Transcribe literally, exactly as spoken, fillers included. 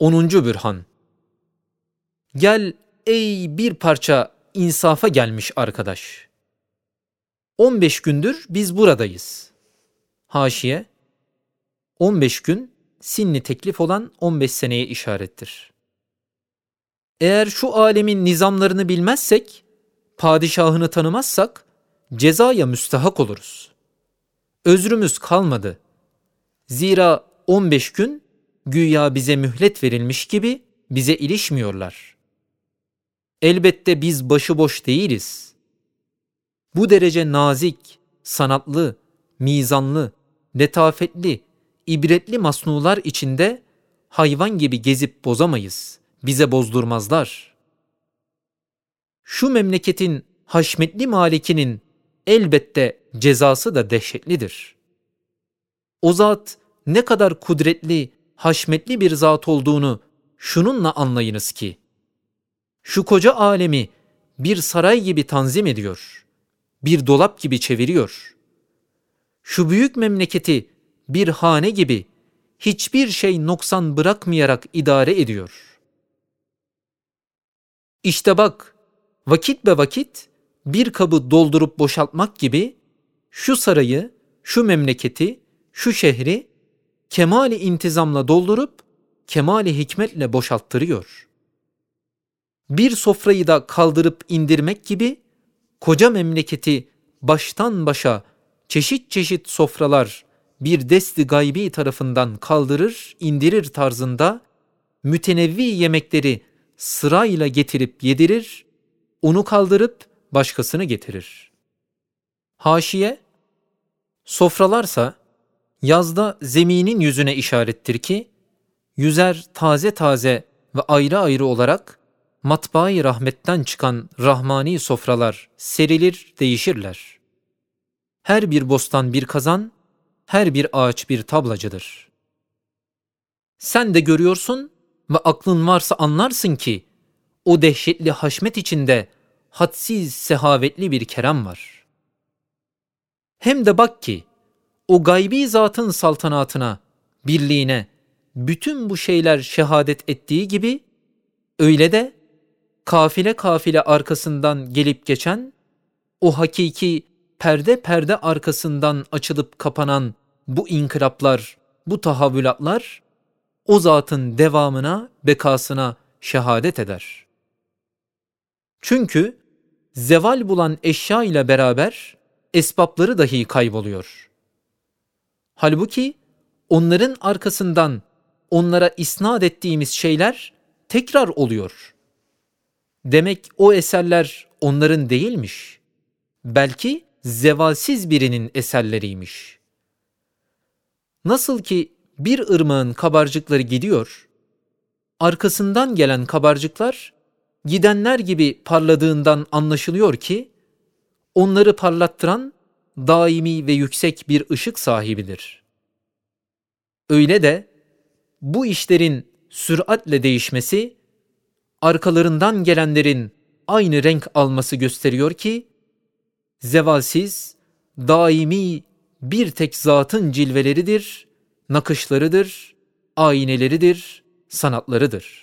onuncu Bürhan. Gel ey bir parça insafa gelmiş arkadaş. on beş gündür biz buradayız. Haşiye, on beş gün sinni teklif olan on beş seneye işarettir. Eğer şu alemin nizamlarını bilmezsek, padişahını tanımazsak cezaya müstahak oluruz. Özrümüz kalmadı. Zira on beş gün güya bize mühlet verilmiş gibi bize ilişmiyorlar. Elbette biz başıboş değiliz. Bu derece nazik, sanatlı, mizanlı, letafetli, ibretli masnular içinde hayvan gibi gezip bozamayız. Bize bozdurmazlar. Şu memleketin haşmetli malikinin elbette cezası da dehşetlidir. O zat ne kadar kudretli, haşmetli bir zat olduğunu şununla anlayınız ki, şu koca alemi bir saray gibi tanzim ediyor, bir dolap gibi çeviriyor. Şu büyük memleketi bir hane gibi hiçbir şey noksan bırakmayarak idare ediyor. İşte bak, vakit be vakit bir kabı doldurup boşaltmak gibi şu sarayı, şu memleketi, şu şehri kemali intizamla doldurup kemali hikmetle boşalttırıyor. Bir sofrayı da kaldırıp indirmek gibi koca memleketi baştan başa çeşit çeşit sofralar bir desti gaybi tarafından kaldırır, indirir tarzında mütenevvi yemekleri sırayla getirip yedirir, onu kaldırıp başkasını getirir. Haşiye, sofralarsa yazda zeminin yüzüne işarettir ki, yüzer taze taze ve ayrı ayrı olarak matbaa-i rahmetten çıkan rahmani sofralar serilir, değişirler. Her bir bostan bir kazan, her bir ağaç bir tablacıdır. Sen de görüyorsun ve aklın varsa anlarsın ki, o dehşetli haşmet içinde hadsiz sehavetli bir kerem var. Hem de bak ki, o gaybi zatın saltanatına, birliğine, bütün bu şeyler şehadet ettiği gibi, öyle de kafile kafile arkasından gelip geçen, o hakiki perde perde arkasından açılıp kapanan bu inkılaplar, bu tahavvülatlar, o zatın devamına, bekasına şehadet eder. Çünkü zeval bulan eşya ile beraber esbapları dahi kayboluyor. Halbuki onların arkasından onlara isnat ettiğimiz şeyler tekrar oluyor. Demek o eserler onların değilmiş. Belki zevalsiz birinin eserleriymiş. Nasıl ki bir ırmağın kabarcıkları gidiyor, arkasından gelen kabarcıklar gidenler gibi parladığından anlaşılıyor ki, onları parlattıran daimi ve yüksek bir ışık sahibidir. Öyle de bu işlerin süratle değişmesi, arkalarından gelenlerin aynı renk alması gösteriyor ki, zevalsiz, daimi bir tek zatın cilveleridir, nakışlarıdır, ayneleridir, sanatlarıdır.